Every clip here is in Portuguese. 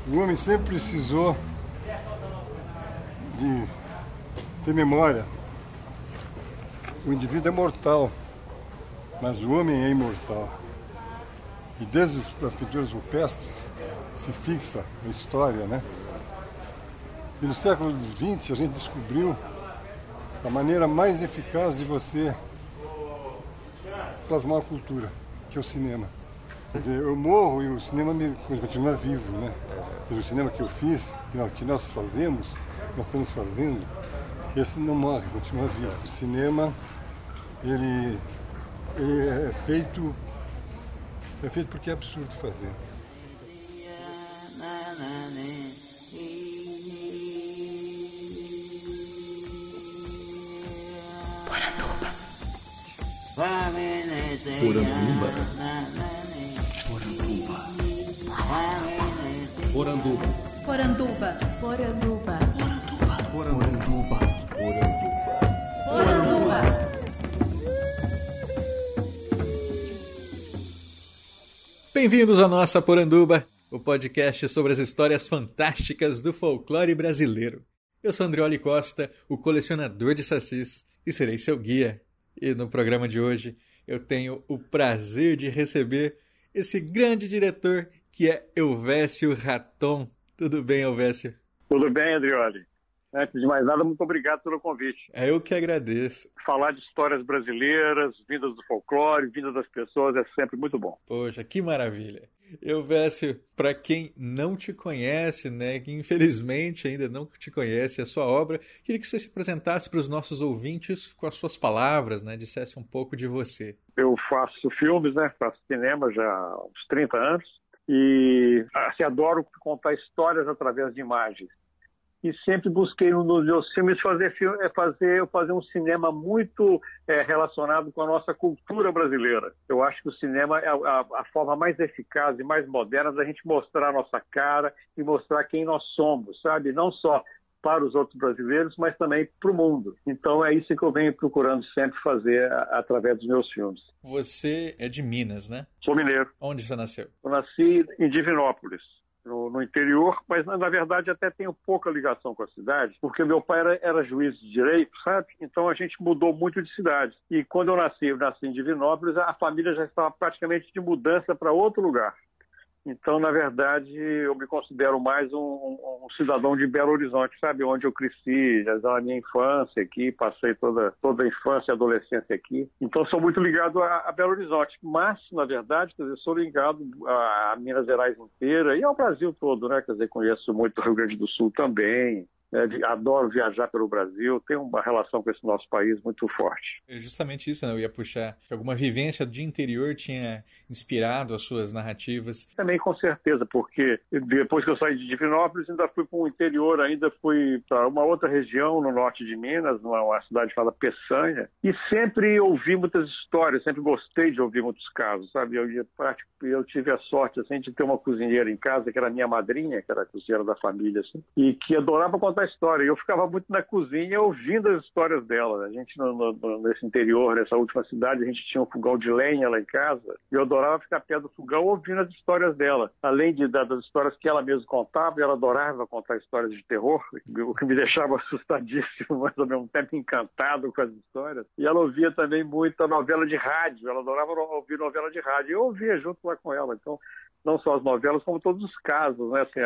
O homem sempre precisou de ter memória. O indivíduo é mortal, mas o homem é imortal. E desde as pinturas rupestres se fixa a história, né? E no século XX a gente descobriu a maneira mais eficaz de você plasmar a cultura, que é o cinema. Porque eu morro e o cinema continua vivo, né? Mas o cinema que eu fiz, que nós fazemos, nós estamos fazendo, esse não morre, continua vivo. O cinema, ele é feito porque é absurdo fazer. Bem-vindos à nossa Poranduba, o podcast sobre as histórias fantásticas do folclore brasileiro. Eu sou Andrioli Costa, o colecionador de sacis, e serei seu guia. E no programa de hoje eu tenho o prazer de receber esse grande diretor que é Elvésio Raton. Tudo bem, Elvésio? Tudo bem, Andrioli. Antes de mais nada, muito obrigado pelo convite. É eu que agradeço. Falar de histórias brasileiras, vindas do folclore, vindas das pessoas, é sempre muito bom. Poxa, que maravilha. Elvésio, para quem não te conhece, né, que infelizmente ainda não te conhece a sua obra, queria que você se apresentasse para os nossos ouvintes com as suas palavras, né, dissesse um pouco de você. Eu faço filmes, né, faço cinema já há uns 30 anos e adoro contar histórias através de imagens. E sempre busquei nos meus filmes fazer um cinema muito relacionado com a nossa cultura brasileira. Eu acho que o cinema é a forma mais eficaz e mais moderna da gente mostrar a nossa cara e mostrar quem nós somos, sabe? Não só para os outros brasileiros, mas também para o mundo. Então é isso que eu venho procurando sempre fazer através dos meus filmes. Você é de Minas, né? Sou mineiro. Onde você nasceu? Eu nasci em Divinópolis. No interior, mas na verdade até tenho pouca ligação com a cidade, porque meu pai era juiz de direito, sabe? Então a gente mudou muito de cidade. E quando eu nasci em Divinópolis, a família já estava praticamente de mudança para outro lugar. Então, na verdade, eu me considero mais um cidadão de Belo Horizonte, sabe? Onde eu cresci, já a minha infância aqui, passei toda a infância e adolescência aqui. Então, sou muito ligado a Belo Horizonte. Mas, na verdade, quer dizer, sou ligado a Minas Gerais inteira e ao Brasil todo, né? Quer dizer, conheço muito o Rio Grande do Sul também. Adoro viajar pelo Brasil, tenho uma relação com esse nosso país muito forte. É justamente isso, né? Eu ia puxar que alguma vivência de interior tinha inspirado as suas narrativas. Também com certeza, porque depois que eu saí de Divinópolis, ainda fui para o interior, ainda fui para uma outra região no norte de Minas, uma cidade chamada Peçanha, e sempre ouvi muitas histórias, sempre gostei de ouvir muitos casos, sabe? Eu tive a sorte assim, de ter uma cozinheira em casa, que era minha madrinha, que era a cozinheira da família, assim, e que adorava contar história. Eu ficava muito na cozinha ouvindo as histórias dela. A gente, nesse interior, nessa última cidade, a gente tinha um fogão de lenha lá em casa e eu adorava ficar perto do fogão ouvindo as histórias dela. Além das histórias que ela mesma contava, ela adorava contar histórias de terror, o que me deixava assustadíssimo, mas ao mesmo tempo encantado com as histórias. E ela ouvia também muita novela de rádio. Ela adorava ouvir novela de rádio. Eu ouvia junto lá com ela. Então, não só as novelas, como todos os casos, né? Assim,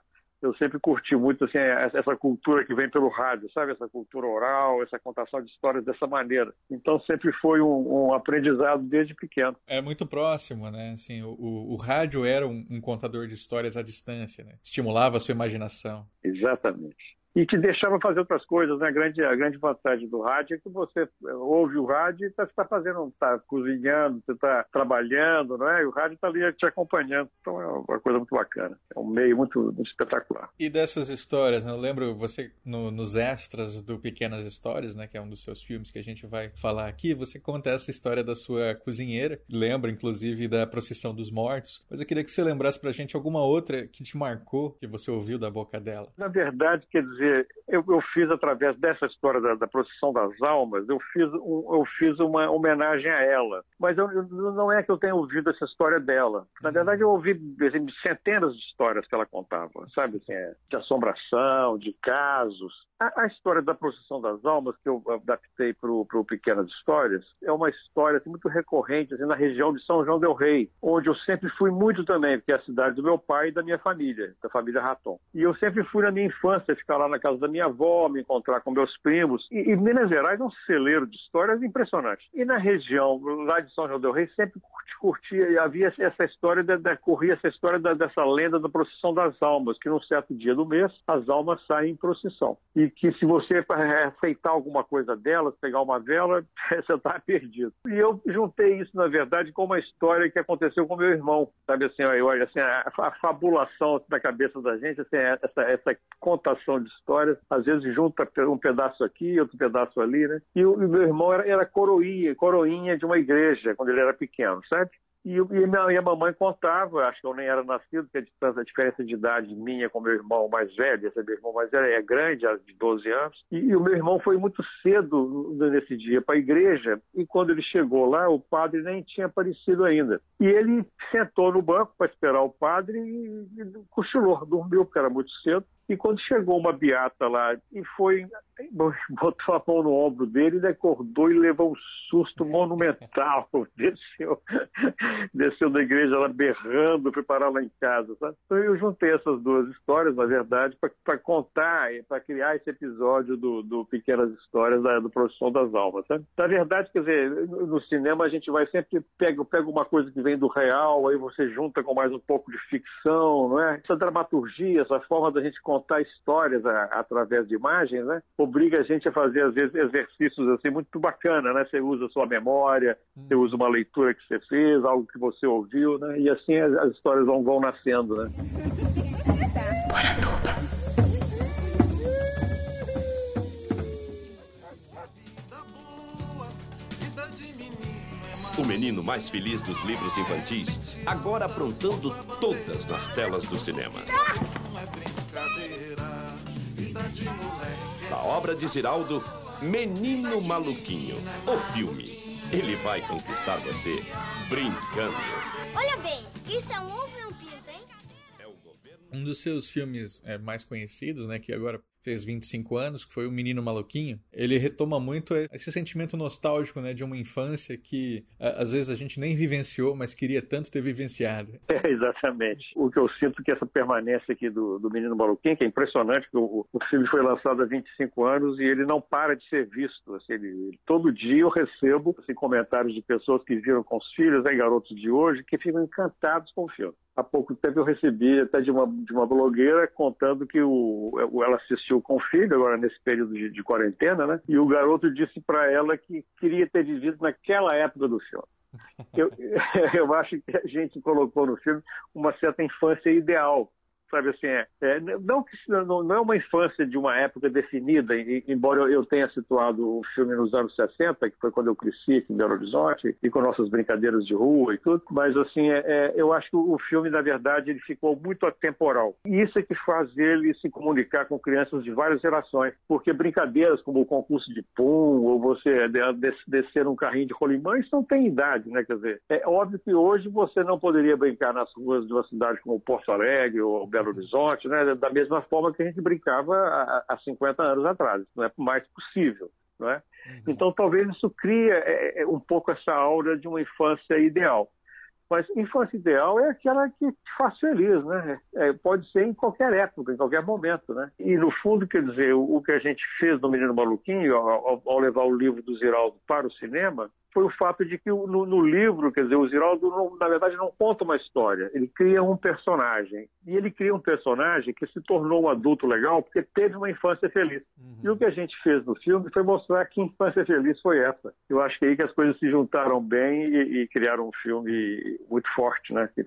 eu sempre curti muito assim, essa cultura que vem pelo rádio, sabe? Essa cultura oral, essa contação de histórias dessa maneira. Então sempre foi um aprendizado desde pequeno. É muito próximo, né? Assim, o rádio era um contador de histórias à distância, né? Estimulava a sua imaginação. Exatamente. E te deixava fazer outras coisas, né? A grande vantagem do rádio é que você ouve o rádio e está cozinhando, você está trabalhando, não é? E o rádio está ali te acompanhando. Então é uma coisa muito bacana. É um meio muito espetacular. E dessas histórias, né? Eu lembro você nos extras do Pequenas Histórias, né? Que é um dos seus filmes que a gente vai falar aqui. Você conta essa história da sua cozinheira. Lembra, inclusive, da Procissão dos Mortos. Mas eu queria que você lembrasse pra gente alguma outra que te marcou, que você ouviu da boca dela. Na verdade, quer dizer, dizer, eu fiz através dessa história da procissão das almas, eu fiz uma homenagem a ela. Mas não é que eu tenha ouvido essa história dela. Na verdade, eu ouvi assim, centenas de histórias que ela contava, sabe? Assim, de assombração, de casos. A história da procissão das almas, que eu adaptei para o Pequenas Histórias, é uma história assim, muito recorrente assim, na região de São João del Rei, onde eu sempre fui muito também, porque é a cidade do meu pai e da minha família, da família Raton. E eu sempre fui na minha infância, ficar lá na casa da minha avó, me encontrar com meus primos. E Minas Gerais é um celeiro de histórias impressionante. E na região, lá de São João del Rei, sempre curtia, e havia essa história, corria essa história dessa lenda da procissão das almas, que num certo dia do mês, as almas saem em procissão. E que se você aceitar alguma coisa delas, pegar uma vela, você está perdido. E eu juntei isso, na verdade, com uma história que aconteceu com meu irmão. Sabe assim, assim a fabulação na cabeça da gente, assim, essa contação de histórias, às vezes junta um pedaço aqui, outro pedaço ali, né? E o meu irmão era coroinha de uma igreja, quando ele era pequeno, sabe? E minha mamãe contava, acho que eu nem era nascido, porque a diferença de idade minha com meu irmão mais velho, esse meu irmão mais velho é grande, de 12 anos, e o meu irmão foi muito cedo nesse dia para a igreja, e quando ele chegou lá, o padre nem tinha aparecido ainda. E ele sentou no banco para esperar o padre e cochilou, dormiu, porque era muito cedo. E quando chegou uma beata lá e botou a mão no ombro dele, ele acordou e levou um susto monumental. Desceu da igreja lá berrando, foi parar lá em casa. Sabe? Então eu juntei essas duas histórias, na verdade, para contar, para criar esse episódio do Pequenas Histórias do Procissão das Almas. Sabe? Na verdade, quer dizer, no cinema a gente vai sempre pega uma coisa que vem do real, aí você junta com mais um pouco de ficção, não é? Essa dramaturgia, essa forma da gente contar histórias através de imagens, né, obriga a gente a fazer, às vezes, exercícios assim, muito bacana, né? Você usa a sua memória, você usa uma leitura que você fez, algo que você ouviu, né? E assim as histórias vão nascendo, né? O menino mais feliz dos livros infantis, agora aprontando todas nas telas do cinema. Da obra de Ziraldo, Menino Maluquinho, o filme. Ele vai conquistar você brincando. Olha bem, isso é um ovo e um pinto, hein? Um dos seus filmes mais conhecidos, né, que agora fez 25 anos, que foi O Menino Maluquinho, ele retoma muito esse sentimento nostálgico, né, de uma infância que às vezes a gente nem vivenciou, mas queria tanto ter vivenciado. Exatamente. O que eu sinto que essa permanência aqui do Menino Maluquinho, que é impressionante, que o filme foi lançado há 25 anos e ele não para de ser visto. Assim, todo dia eu recebo assim, comentários de pessoas que viram com os filhos, né, garotos de hoje, que ficam encantados com o filme. Há pouco tempo eu recebi até de uma blogueira contando que ela assistiu com o filho, agora nesse período de quarentena, né? E o garoto disse para ela que queria ter vivido naquela época do filme. Eu acho que a gente colocou no filme uma certa infância ideal. Sabe assim, não é uma infância de uma época definida, embora eu tenha situado o filme nos anos 60, que foi quando eu cresci aqui em Belo Horizonte, e com nossas brincadeiras de rua e tudo, mas assim, eu acho que o filme, na verdade, ele ficou muito atemporal. E isso é que faz ele se comunicar com crianças de várias gerações, porque brincadeiras como o concurso de pum, ou você descer um carrinho de rolimã, isso não tem idade, né? Quer dizer, é óbvio que hoje você não poderia brincar nas ruas de uma cidade como Porto Alegre ou Belo Horizonte, né? Da mesma forma que a gente brincava há 50 anos atrás. Não é mais possível, não é? Então, talvez isso crie um pouco essa aura de uma infância ideal. Mas infância ideal é aquela que te faz feliz, né? Pode ser em qualquer época, em qualquer momento, né? E, no fundo, quer dizer, o que a gente fez no Menino Maluquinho, ao levar o livro do Ziraldo para o cinema, foi o fato de que no livro, quer dizer, o Ziraldo, na verdade, não conta uma história, ele cria um personagem. E ele cria um personagem que se tornou um adulto legal porque teve uma infância feliz. E o que a gente fez no filme foi mostrar que infância feliz foi essa. Eu acho que é aí que as coisas se juntaram bem e criaram um filme muito forte, né? Que está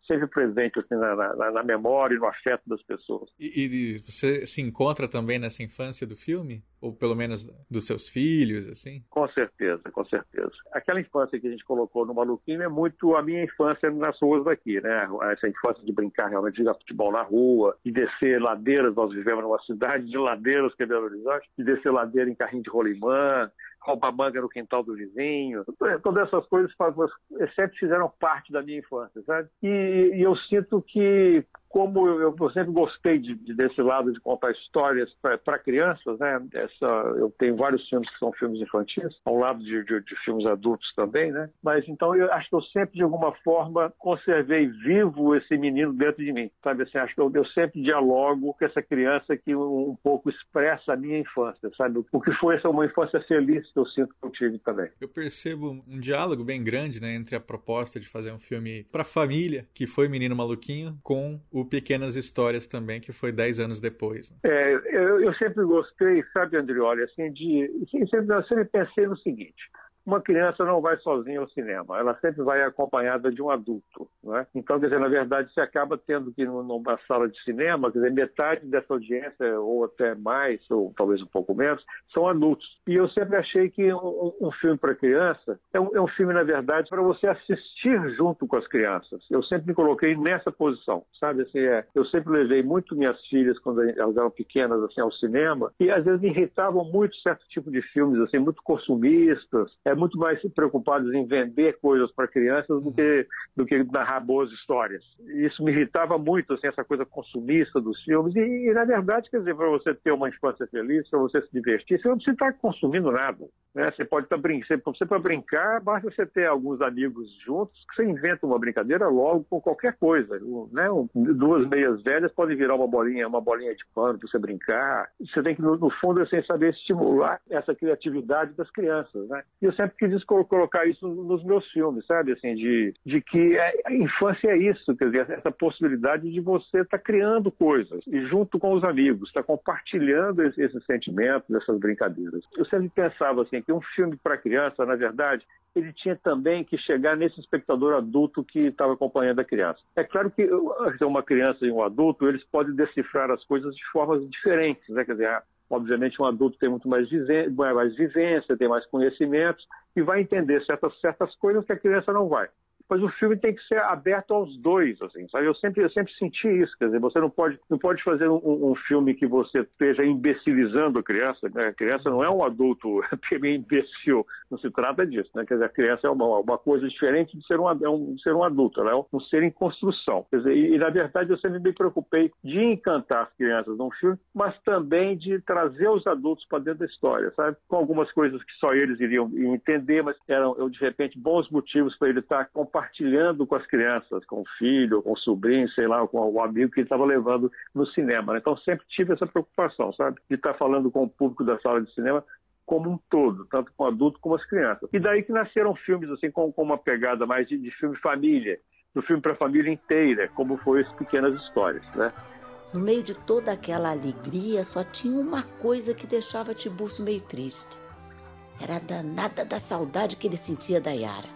sempre presente assim, na memória e no afeto das pessoas. E você se encontra também nessa infância do filme? Ou pelo menos dos seus filhos, assim? Com certeza, com certeza. Aquela infância que a gente colocou no Maluquinho é muito a minha infância nas ruas daqui, né? Essa infância de brincar realmente, de jogar futebol na rua, de descer ladeiras, nós vivemos numa cidade de ladeiras, que é Belo Horizonte, de descer ladeira em carrinho de rolimã, roubar manga no quintal do vizinho. Todas essas coisas sempre fizeram parte da minha infância, sabe? E eu sinto que, como eu sempre gostei desse lado de contar histórias para crianças, né? Eu tenho vários filmes que são filmes infantis, ao lado de filmes adultos também, né? Mas então eu acho que eu sempre, de alguma forma, conservei vivo esse menino dentro de mim, sabe? Assim, acho que eu sempre dialogo com essa criança que um pouco expressa a minha infância, sabe? O que foi uma infância feliz que eu sinto que eu tive também. Eu percebo um diálogo bem grande, né, entre a proposta de fazer um filme para família, que foi Menino Maluquinho, com o Pequenas Histórias também, que foi 10 anos depois. Né? Eu sempre gostei, sabe, Andrioli, assim, eu sempre pensei no seguinte: uma criança não vai sozinha ao cinema, ela sempre vai acompanhada de um adulto, né? Então, quer dizer, na verdade, você acaba tendo que ir numa sala de cinema, quer dizer, metade dessa audiência, ou até mais, ou talvez um pouco menos, são adultos. E eu sempre achei que um filme para criança é um filme, na verdade, para você assistir junto com as crianças. Eu sempre me coloquei nessa posição, sabe? Assim, eu sempre levei muito minhas filhas, quando elas eram pequenas, assim, ao cinema, e às vezes me irritavam muito certo tipo de filmes, assim, muito consumistas, muito mais preocupados em vender coisas para crianças do que narrar boas histórias. E isso me irritava muito, assim, essa coisa consumista dos filmes. E na verdade, quer dizer, para você ter uma infância feliz, para você se divertir, você não precisa estar consumindo nada, né? Você pode estar brincando, para brincar, basta você ter alguns amigos juntos, que você inventa uma brincadeira logo com qualquer coisa, né? Duas meias velhas podem virar uma bolinha de pano para você brincar. Você tem que, no fundo, assim, saber estimular essa criatividade das crianças, né? E eu sempre quis colocar isso nos meus filmes, sabe? Assim, de que a infância é isso, quer dizer, essa possibilidade de você estar criando coisas e junto com os amigos, estar compartilhando esses sentimentos, essas brincadeiras. Eu sempre pensava assim, que um filme para criança, na verdade, ele tinha também que chegar nesse espectador adulto que estava acompanhando a criança. É claro que uma criança e um adulto, eles podem decifrar as coisas de formas diferentes, né? Quer dizer, obviamente um adulto tem muito mais vivência, tem mais conhecimentos e vai entender certas coisas que a criança não vai. Mas o filme tem que ser aberto aos dois, assim, sabe? Eu sempre senti isso, quer dizer, você não pode fazer um filme que você esteja imbecilizando a criança, né? A criança não é um adulto imbecil, não se trata disso, né? Quer dizer, a criança é uma coisa diferente de ser um adulto, ela é um ser em construção. Quer dizer, e na verdade eu sempre me preocupei de encantar as crianças num filme, mas também de trazer os adultos para dentro da história, sabe? Com algumas coisas que só eles iriam entender, mas eram, de repente, bons motivos para ele estar compartilhando com as crianças, com o filho, com o sobrinho, sei lá, com o amigo que ele estava levando no cinema, né? Então sempre tive essa preocupação, sabe? De estar falando com o público da sala de cinema como um todo, tanto com o adulto como as crianças. E daí que nasceram filmes assim com uma pegada mais de filme família, do filme para a família inteira, como foi as Pequenas Histórias, né? No meio de toda aquela alegria, só tinha uma coisa que deixava Tiburcio meio triste. Era a danada da saudade que ele sentia da Yara.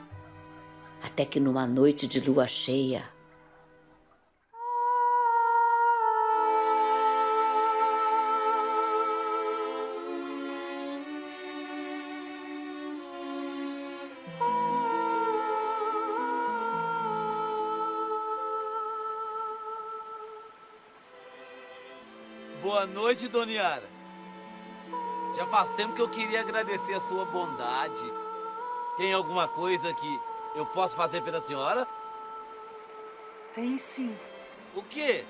Até que numa noite de lua cheia... Boa noite, Dona Yara. Já faz tempo que eu queria agradecer a sua bondade. Tem alguma coisa que eu posso fazer pela senhora? Tem sim. O quê?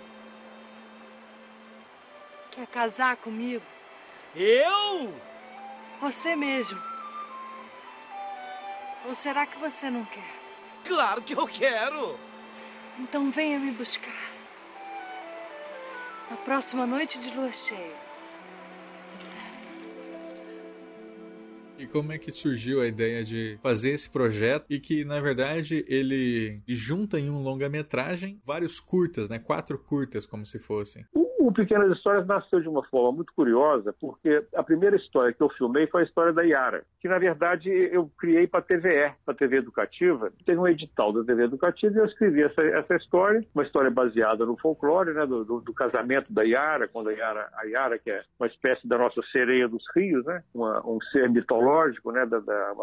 Quer casar comigo? Eu? Você mesmo. Ou será que você não quer? Claro que eu quero. Então venha me buscar. Na próxima noite de lua cheia. E como é que surgiu a ideia de fazer esse projeto e que, na verdade, ele junta em um longa-metragem vários curtas, né? 4 curtas, como se fossem. O O Pequenas Histórias nasceu de uma forma muito curiosa, porque a primeira história que eu filmei foi a história da Yara, que na verdade eu criei para a TVE, para a TV Educativa. Teve um edital da TV Educativa e eu escrevi essa história, uma história baseada no folclore, né, do casamento da Yara, quando a Yara, que é uma espécie da nossa sereia dos rios, né, um ser mitológico, né,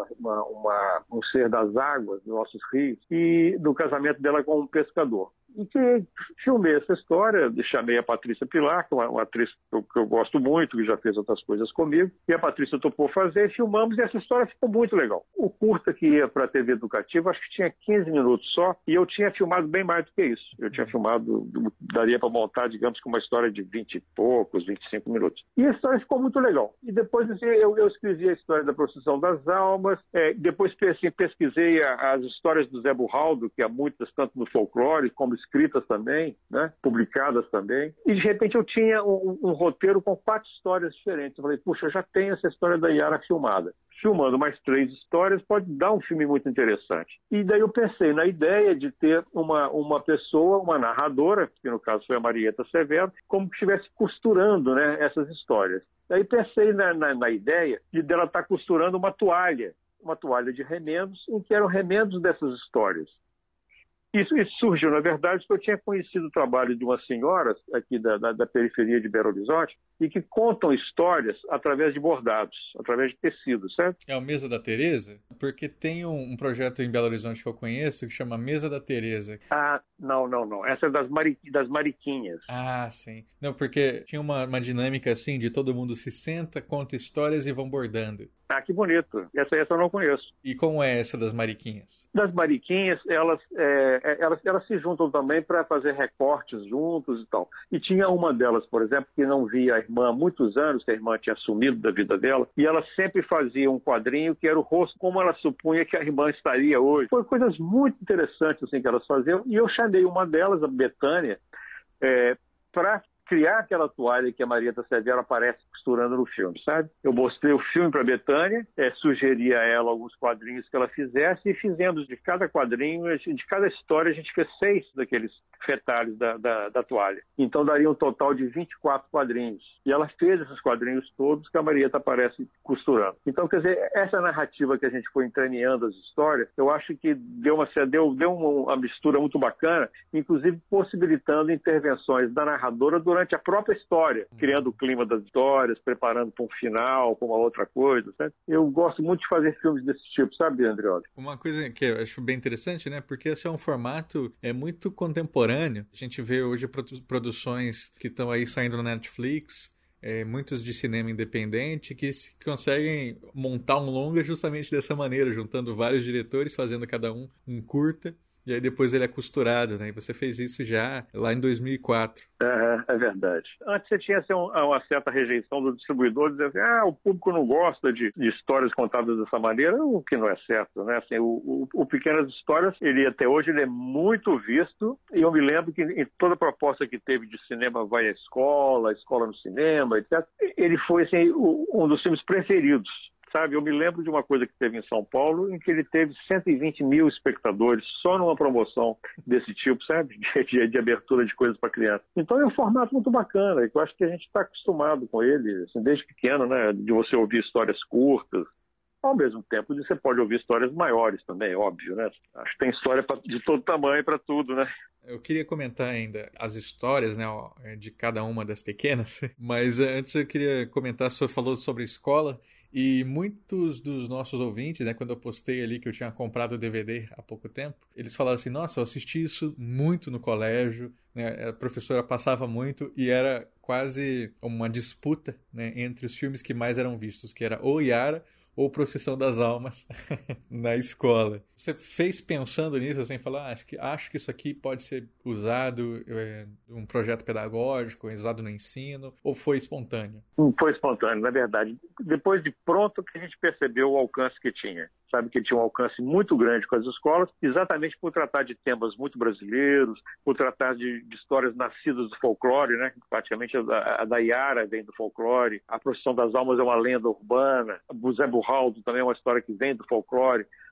um ser das águas, dos nossos rios, e do casamento dela com um pescador. E que filmei essa história, chamei a Patrícia Pilar, que é uma atriz que eu gosto muito, que já fez outras coisas comigo, e a Patrícia topou fazer, filmamos, e essa história ficou muito legal. O curta que ia para a TV Educativa, acho que tinha 15 minutos só, e eu tinha filmado bem mais do que isso. Eu tinha filmado, daria para montar, digamos que uma história de 20 e poucos, 25 minutos. E a história ficou muito legal. E depois assim, eu escrevi a história da Procissão das Almas, depois assim, pesquisei as histórias do Zé Burraldo, que há muitas, tanto no folclore como escritas também, né, publicadas também, e de repente eu tinha um roteiro com 4 histórias diferentes. Eu falei, puxa, eu já tenho essa história da Yara filmada. Filmando mais 3 histórias pode dar um filme muito interessante. E daí eu pensei na ideia de ter uma pessoa, uma narradora, que no caso foi a Marieta Severo, como que estivesse costurando, né, essas histórias. Daí pensei na ideia de dela estar costurando uma toalha de remendos, em que eram remendos dessas histórias. Isso surgiu, na verdade, porque eu tinha conhecido o trabalho de umas senhoras aqui da periferia de Belo Horizonte e que contam histórias através de bordados, através de tecidos, certo? É a Mesa da Teresa? Porque tem um projeto em Belo Horizonte que eu conheço que chama Mesa da Teresa. Ah, não. Essa é das mariquinhas. Ah, sim. Não, porque tinha uma dinâmica assim de todo mundo se senta, conta histórias e vão bordando. Ah, que bonito. Essa eu não conheço. E como é essa das mariquinhas? Das mariquinhas, elas se juntam também para fazer recortes juntos e tal. E tinha uma delas, por exemplo, que não via a irmã há muitos anos, que a irmã tinha sumido da vida dela, e ela sempre fazia um quadrinho que era o rosto como ela supunha que a irmã estaria hoje. Foi coisas muito interessantes assim, que elas faziam, e eu chamei uma delas, a Betânia, para criar aquela toalha que a Marieta Severo aparece costurando no filme, sabe? Eu mostrei o filme para a Betânia, sugeri a ela alguns quadrinhos que ela fizesse e fizemos de cada quadrinho, de cada história, a gente fez 6 daqueles retalhos da toalha. Então daria um total de 24 quadrinhos. E ela fez esses quadrinhos todos que a Marieta aparece costurando. Então, quer dizer, essa narrativa que a gente foi entremeando as histórias, eu acho que deu uma mistura muito bacana, inclusive possibilitando intervenções da narradora durante a própria história, criando o clima das histórias, preparando para um final, para uma outra coisa, sabe? Eu gosto muito de fazer filmes desse tipo, sabe, Andrioli? Uma coisa que eu acho bem interessante, né? Porque esse é um formato muito contemporâneo. A gente vê hoje produções que estão aí saindo na Netflix, muitos de cinema independente que conseguem montar um longa justamente dessa maneira, juntando vários diretores, fazendo cada um curta. E aí depois ele é costurado, né? E você fez isso já lá em 2004. É verdade. Antes você tinha assim, uma certa rejeição do distribuidor, dizendo assim, o público não gosta de histórias contadas dessa maneira, o que não é certo, né? Assim, o Pequenas Histórias, até hoje ele é muito visto, e eu me lembro que em toda proposta que teve de cinema vai à escola no cinema, etc., ele foi assim, um dos filmes preferidos. Sabe, eu me lembro de uma coisa que teve em São Paulo, em que ele teve 120 mil espectadores só numa promoção desse tipo, sabe, de abertura de coisas para criança. Então é um formato muito bacana, que eu acho que a gente está acostumado com ele, assim, desde pequeno, né, de você ouvir histórias curtas. Ao mesmo tempo, você pode ouvir histórias maiores também, óbvio, né? Acho que tem história de todo tamanho para tudo, né? Eu queria comentar ainda as histórias, né, de cada uma das pequenas, mas antes eu queria comentar, você falou sobre escola, e muitos dos nossos ouvintes, né, quando eu postei ali que eu tinha comprado o DVD há pouco tempo, eles falaram assim, nossa, eu assisti isso muito no colégio, né, a professora passava muito e era quase uma disputa, né, entre os filmes que mais eram vistos, que era ou Yara ou Procissão das Almas na escola. Você fez pensando nisso, assim, falar, acho que isso aqui pode ser usado um projeto pedagógico, usado no ensino, ou foi espontâneo? Foi espontâneo, na verdade. Depois de pronto que a gente percebeu o alcance que tinha. Sabe que tinha um alcance muito grande com as escolas, exatamente por tratar de temas muito brasileiros, por tratar de histórias nascidas do folclore, né? Praticamente a da Yara vem do folclore, a Procissão das Almas é uma lenda urbana, o Zé Burraldo também é uma história que vem do folclore,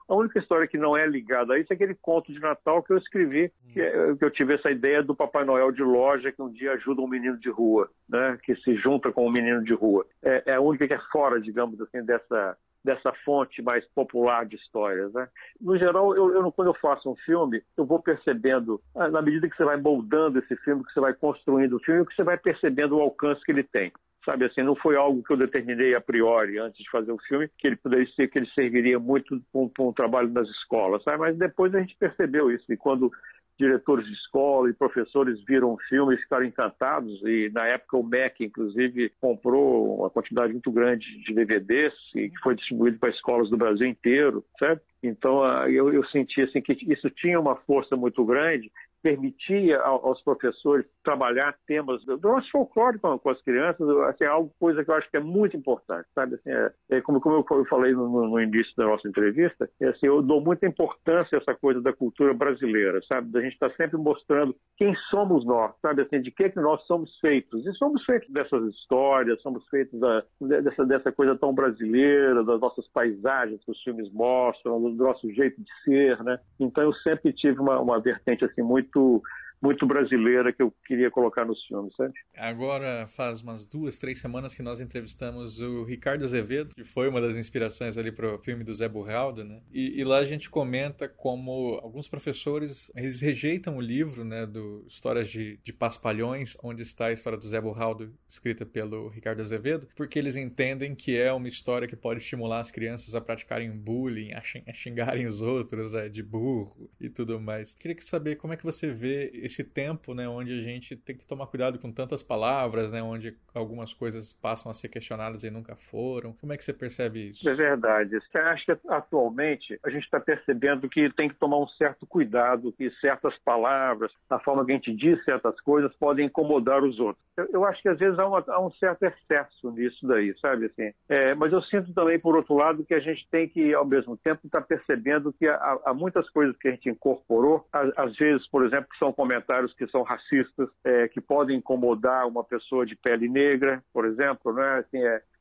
A única história que não é ligada a isso é aquele conto de Natal que eu escrevi, que eu tive essa ideia do Papai Noel de loja que um dia ajuda um menino de rua, né? Que se junta com um menino de rua. É a única que é fora, digamos assim, dessa fonte mais popular de histórias, né? No geral, quando eu faço um filme, eu vou percebendo, na medida que você vai moldando esse filme, que você vai construindo o filme, que você vai percebendo o alcance que ele tem. Sabe assim, não foi algo que eu determinei a priori antes de fazer o filme, que ele poderia ser, que ele serviria muito para um trabalho nas escolas, sabe? Mas depois a gente percebeu isso, e quando diretores de escola e professores viram o filme e ficaram encantados, e na época o MEC, inclusive, comprou uma quantidade muito grande de DVDs e que foi distribuído para escolas do Brasil inteiro, certo? Então eu senti assim, que isso tinha uma força muito grande, permitia aos professores trabalhar temas do nosso folclore com as crianças, assim, coisa que eu acho que é muito importante, sabe? Assim, como eu falei no início da nossa entrevista, assim, eu dou muita importância a essa coisa da cultura brasileira, sabe? Da gente estar sempre mostrando quem somos nós, sabe? Assim, de que nós somos feitos. E somos feitos dessas histórias, somos feitos dessa coisa tão brasileira, das nossas paisagens que os filmes mostram, do nosso jeito de ser, né? Então eu sempre tive uma vertente assim muito brasileira que eu queria colocar nos filmes, sabe? Agora faz umas 2, 3 semanas que nós entrevistamos o Ricardo Azevedo, que foi uma das inspirações ali pro filme do Zé Burraldo, né? E lá a gente comenta como alguns professores, eles rejeitam o livro, né, do Histórias de Paspalhões, onde está a história do Zé Burraldo, escrita pelo Ricardo Azevedo, porque eles entendem que é uma história que pode estimular as crianças a praticarem bullying, a xingarem os outros, de burro e tudo mais. Queria saber como é que você vê esse tempo, né, onde a gente tem que tomar cuidado com tantas palavras, né, onde algumas coisas passam a ser questionadas e nunca foram. Como é que você percebe isso? É verdade. Você acha que atualmente a gente está percebendo que tem que tomar um certo cuidado, que certas palavras, a forma que a gente diz certas coisas podem incomodar os outros. Eu acho que às vezes há um certo excesso nisso daí, sabe assim? Mas eu sinto também, por outro lado, que a gente tem que, ao mesmo tempo, estar percebendo que há muitas coisas que a gente incorporou, às vezes, por exemplo, que são comentários que são racistas, que podem incomodar uma pessoa de pele negra, por exemplo, né? Assim,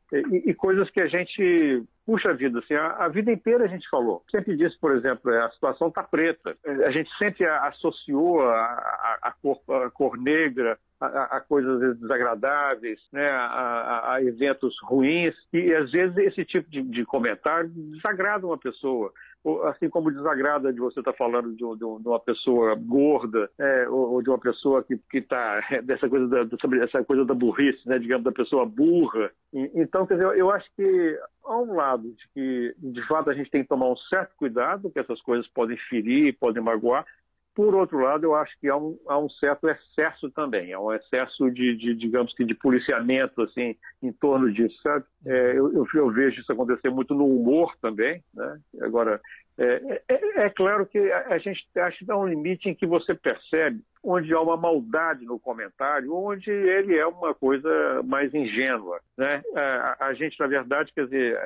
e coisas que a gente, puxa vida, assim, a vida inteira a gente falou. Sempre disse, por exemplo, a situação está preta. A gente sempre associou a cor negra a coisas desagradáveis, né, a eventos ruins, e às vezes esse tipo de comentário desagrada uma pessoa, assim como desagrada de você estar falando de uma pessoa gorda, ou de uma pessoa que está sobre essa coisa da burrice, né, digamos, da pessoa burra. Então, quer dizer, eu acho que há um lado de que, de fato, a gente tem que tomar um certo cuidado, que essas coisas podem ferir, podem magoar. Por outro lado, eu acho que há um certo excesso também, há um excesso digamos que de policiamento, assim, em torno disso, sabe? Eu vejo isso acontecer muito no humor também, né? Agora, é claro que a gente acha que há um limite em que você percebe onde há uma maldade no comentário, onde ele é uma coisa mais ingênua, né? A gente, na verdade, quer dizer,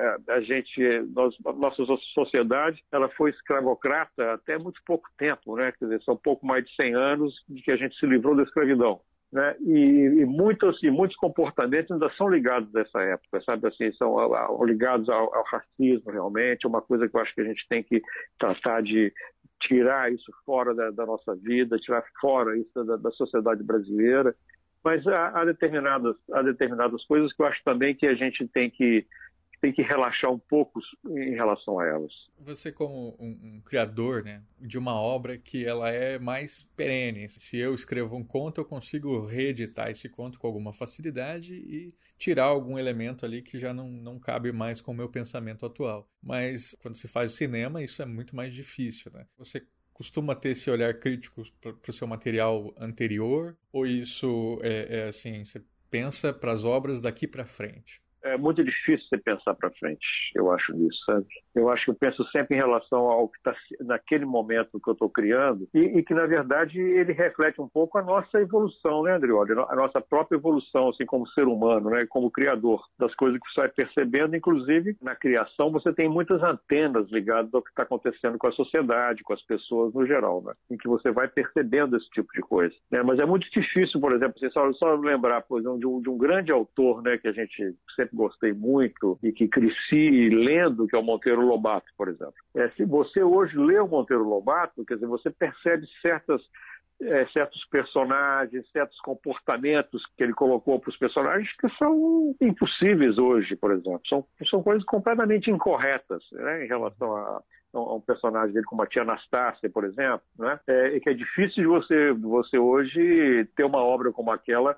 nossa sociedade, ela foi escravocrata até muito pouco tempo, né? Quer dizer, são pouco mais de 100 anos de que a gente se livrou da escravidão, né? E muitos comportamentos ainda são ligados a essa época, sabe? Assim, são ligados ao racismo, realmente, é uma coisa que eu acho que a gente tem que tratar de tirar isso fora da nossa vida, tirar fora isso da sociedade brasileira. Mas há determinadas coisas que eu acho também que a gente tem que relaxar um pouco em relação a elas. Você, como um criador, né, de uma obra que ela é mais perene, se eu escrevo um conto, eu consigo reeditar esse conto com alguma facilidade e tirar algum elemento ali que já não cabe mais com o meu pensamento atual. Mas quando se faz cinema, isso é muito mais difícil, né? Você costuma ter esse olhar crítico para o seu material anterior? Ou isso assim, você pensa para as obras daqui para frente? É muito difícil você pensar para frente, eu acho nisso, sabe? Eu acho que eu penso sempre em relação ao que está naquele momento que eu estou criando e que, na verdade, ele reflete um pouco a nossa evolução, né, Andrioli? A nossa própria evolução, assim, como ser humano, né, como criador das coisas que você vai percebendo. Inclusive, na criação, você tem muitas antenas ligadas ao que está acontecendo com a sociedade, com as pessoas no geral, né, em que você vai percebendo esse tipo de coisa, né? Mas é muito difícil, por exemplo, só lembrar, por exemplo, de um grande autor, né, que a gente sempre sempre gostei muito e que cresci lendo, que é o Monteiro Lobato, por exemplo. Se você hoje lê o Monteiro Lobato, quer dizer, você percebe certos personagens, certos comportamentos que ele colocou para os personagens que são impossíveis hoje, por exemplo. São coisas completamente incorretas, né, em relação a um personagem dele como a tia Anastácia, por exemplo, né? E que é difícil de você hoje ter uma obra como aquela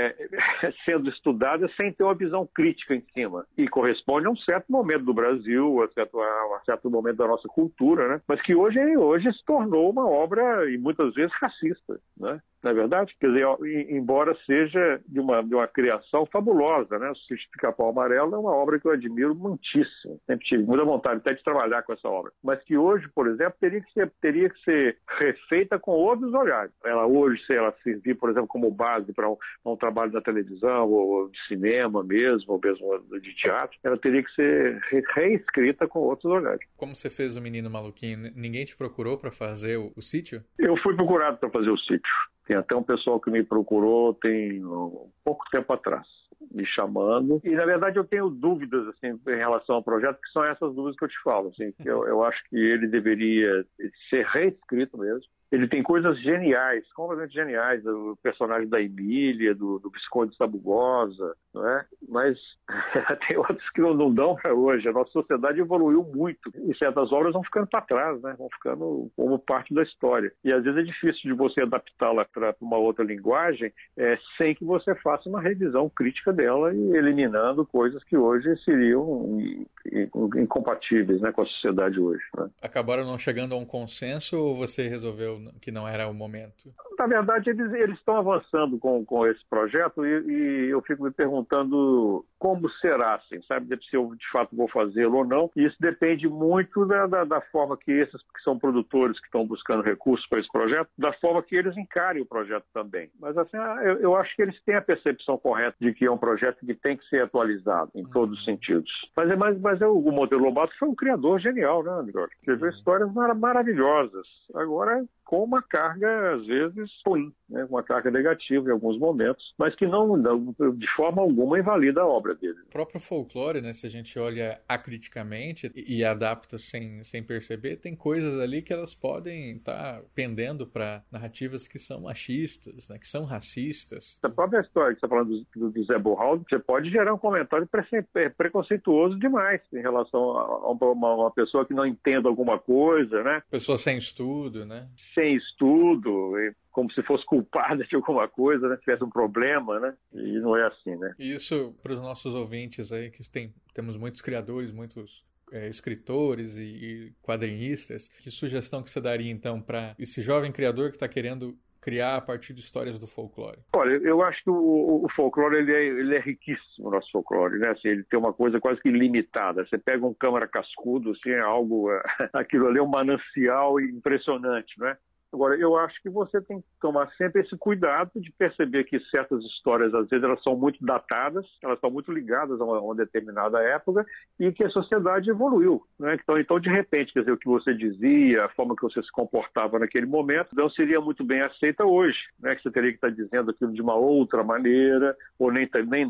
sendo estudada sem ter uma visão crítica em cima. E corresponde a um certo momento do Brasil, a um certo momento da nossa cultura, né? Mas que hoje se tornou uma obra, e muitas vezes, racista, né? Não é verdade? Quer dizer, embora seja de uma criação fabulosa, né? O Sítio do Pica-Pau Amarelo é uma obra que eu admiro muitíssimo. Sempre tive muita vontade até de trabalhar com essa obra. Mas que hoje, por exemplo, teria que ser refeita com outros olhares. Ela hoje, se ela servir, por exemplo, como base para um trabalho da televisão, ou de cinema mesmo, ou mesmo de teatro, ela teria que ser reescrita com outros olhares. Como você fez o Menino Maluquinho? Ninguém te procurou para fazer o Sítio? Eu fui procurado para fazer o Sítio. Tem até um pessoal que me procurou tem um pouco tempo atrás, me chamando. E, na verdade, eu tenho dúvidas assim, em relação ao projeto, que são essas dúvidas que eu te falo. Assim, que eu acho que ele deveria ser reescrito mesmo. Ele tem coisas geniais, completamente geniais, o personagem da Emília, do Visconde Sabugosa, não é? Mas tem outros que não dão para hoje. A nossa sociedade evoluiu muito e certas obras vão ficando para trás, né? Vão ficando como parte da história. E às vezes é difícil de você adaptá-la para uma outra linguagem sem que você faça uma revisão crítica dela e eliminando coisas que hoje seriam incompatíveis, né, com a sociedade hoje, né? Acabaram não chegando a um consenso ou você resolveu que não era o momento? Na verdade, eles estão avançando com esse projeto e eu fico me perguntando como será, assim, sabe? Se eu de fato vou fazê-lo ou não. E isso depende muito da forma que esses que são produtores que estão buscando recursos para esse projeto, da forma que eles encarem o projeto também. Mas assim, eu acho que eles têm a percepção correta de que é um projeto que tem que ser atualizado em todos os sentidos. Mas o Monteiro Lobato foi um criador genial, né, André? Escreveu histórias maravilhosas. Agora, com uma carga, às vezes, ruim, né? Uma carga negativa em alguns momentos, mas que não de forma alguma invalida a obra dele. O próprio folclore, né, se a gente olha acriticamente e adapta sem perceber, tem coisas ali que elas podem estar pendendo para narrativas que são machistas, né, que são racistas. A própria história que você está falando do Zé Burraldo, você pode gerar um comentário preconceituoso demais em relação a uma pessoa que não entende alguma coisa, né? Pessoa sem estudo, né? Sem estudo, como se fosse culpada de alguma coisa, né? Se tivesse um problema, né? E não é assim, né? E isso, para os nossos ouvintes aí, que temos muitos criadores, muitos escritores e quadrinistas, que sugestão que você daria, então, para esse jovem criador que está querendo criar a partir de histórias do folclore? Olha, eu acho que o folclore ele é riquíssimo, o nosso folclore, né? Assim, ele tem uma coisa quase que ilimitada. Você pega um câmara cascudo, assim, é algo... aquilo ali é um manancial impressionante, né? Agora, eu acho que você tem que tomar sempre esse cuidado de perceber que certas histórias, às vezes, elas são muito datadas, elas estão muito ligadas a uma determinada época e que a sociedade evoluiu, né? Então, de repente, quer dizer, o que você dizia, a forma que você se comportava naquele momento, não seria muito bem aceita hoje, né? Que você teria que estar dizendo aquilo de uma outra maneira, ou nem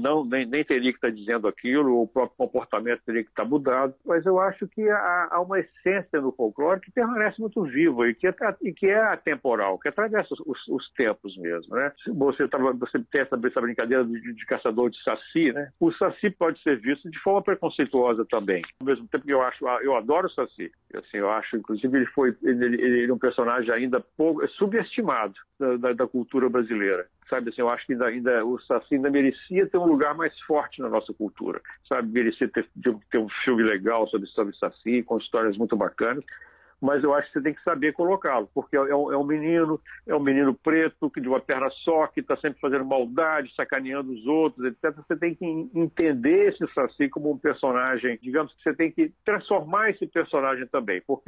teria que estar dizendo aquilo, ou o próprio comportamento teria que estar mudado. Mas eu acho que há uma essência no folclore que permanece muito viva e que é atemporal, que atravessa os tempos mesmo, né? Você tem essa brincadeira de caçador de saci, né? O saci pode ser visto de forma preconceituosa também. Ao mesmo tempo que eu adoro o saci. Assim, eu acho, inclusive, ele é um personagem ainda pouco subestimado da cultura brasileira. Sabe, assim, eu acho que ainda o saci ainda merecia ter um lugar mais forte na nossa cultura. Sabe, merecia ter um filme legal sobre saci, com histórias muito bacanas. Mas eu acho que você tem que saber colocá-lo, porque é um menino preto, que de uma perna só, que está sempre fazendo maldade, sacaneando os outros, etc. Você tem que entender esse saci como um personagem, digamos que você tem que transformar esse personagem também, porque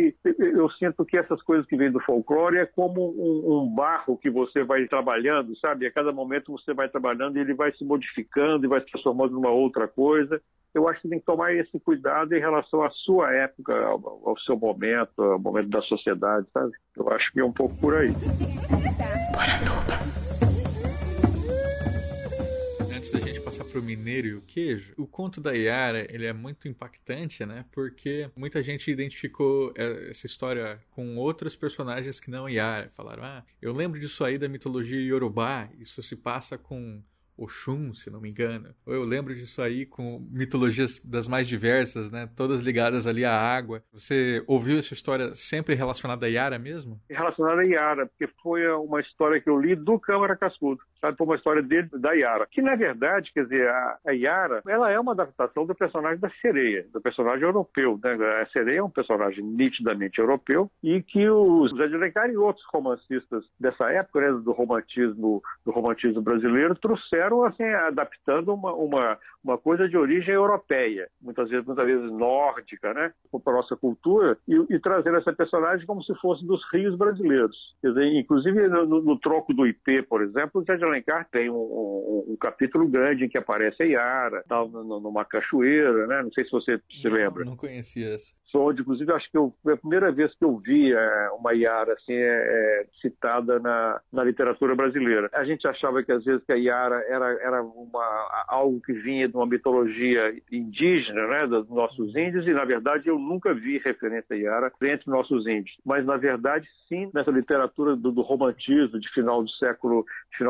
eu sinto que essas coisas que vêm do folclore é como um barro que você vai trabalhando, sabe? A cada momento você vai trabalhando e ele vai se modificando e vai se transformando numa outra coisa. Eu acho que tem que tomar esse cuidado em relação à sua época, ao seu momento, ao momento da sociedade, sabe? Eu acho que é um pouco por aí. Antes da gente passar passar pro mineiro e o queijo, o conto da Iara, ele é muito impactante, né? Porque muita gente identificou essa história com outros personagens que não Iara. Falaram, eu lembro disso aí da mitologia iorubá, isso se passa com Oxum, se não me engano. Ou eu lembro disso aí com mitologias das mais diversas, né? Todas ligadas ali à água. Você ouviu essa história sempre relacionada a Iara mesmo? Relacionada a Iara, porque foi uma história que eu li do Câmara Cascudo. Sabe, foi uma história dele, da Iara. Que, na verdade, quer dizer, a Iara, ela é uma adaptação do personagem da sereia, do personagem europeu, né? A sereia é um personagem nitidamente europeu e que o José de Alencar e outros romancistas dessa época, né, do romantismo brasileiro, trouxeram, assim, adaptando uma coisa de origem europeia, muitas vezes nórdica, né, para a nossa cultura, e trazendo essa personagem como se fosse dos rios brasileiros. Quer dizer, inclusive no Troco do Ipê, por exemplo, o José de Alencar tem um capítulo grande em que aparece a Iara, tal, numa cachoeira, né? Não sei se você se lembra. Não conhecia essa. Onde, inclusive, acho que foi a primeira vez que eu vi uma Iara assim, citada na literatura brasileira. A gente achava que, às vezes, que a Iara era algo que vinha de uma mitologia indígena, né, dos nossos índios, e, na verdade, eu nunca vi referência a Iara entre nossos índios. Mas, na verdade, sim, nessa literatura do romantismo de final do século